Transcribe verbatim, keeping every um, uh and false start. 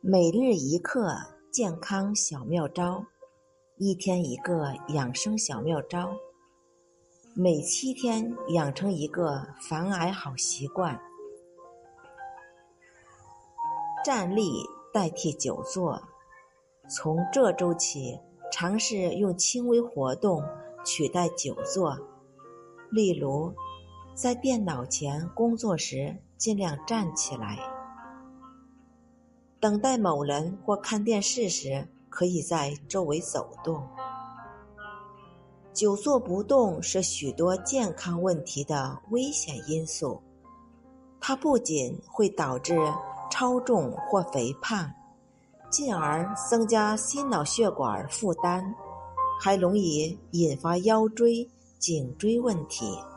每日一课健康小妙招，一天一个养生小妙招，每七天养成一个防癌好习惯。站立代替久坐，从这周起尝试用轻微活动取代久坐，例如在电脑前工作时尽量站起来，等待某人或看电视时可以在周围走动。久坐不动是许多健康问题的危险因素，它不仅会导致超重或肥胖，进而增加心脑血管负担，还容易引发腰椎、颈椎问题。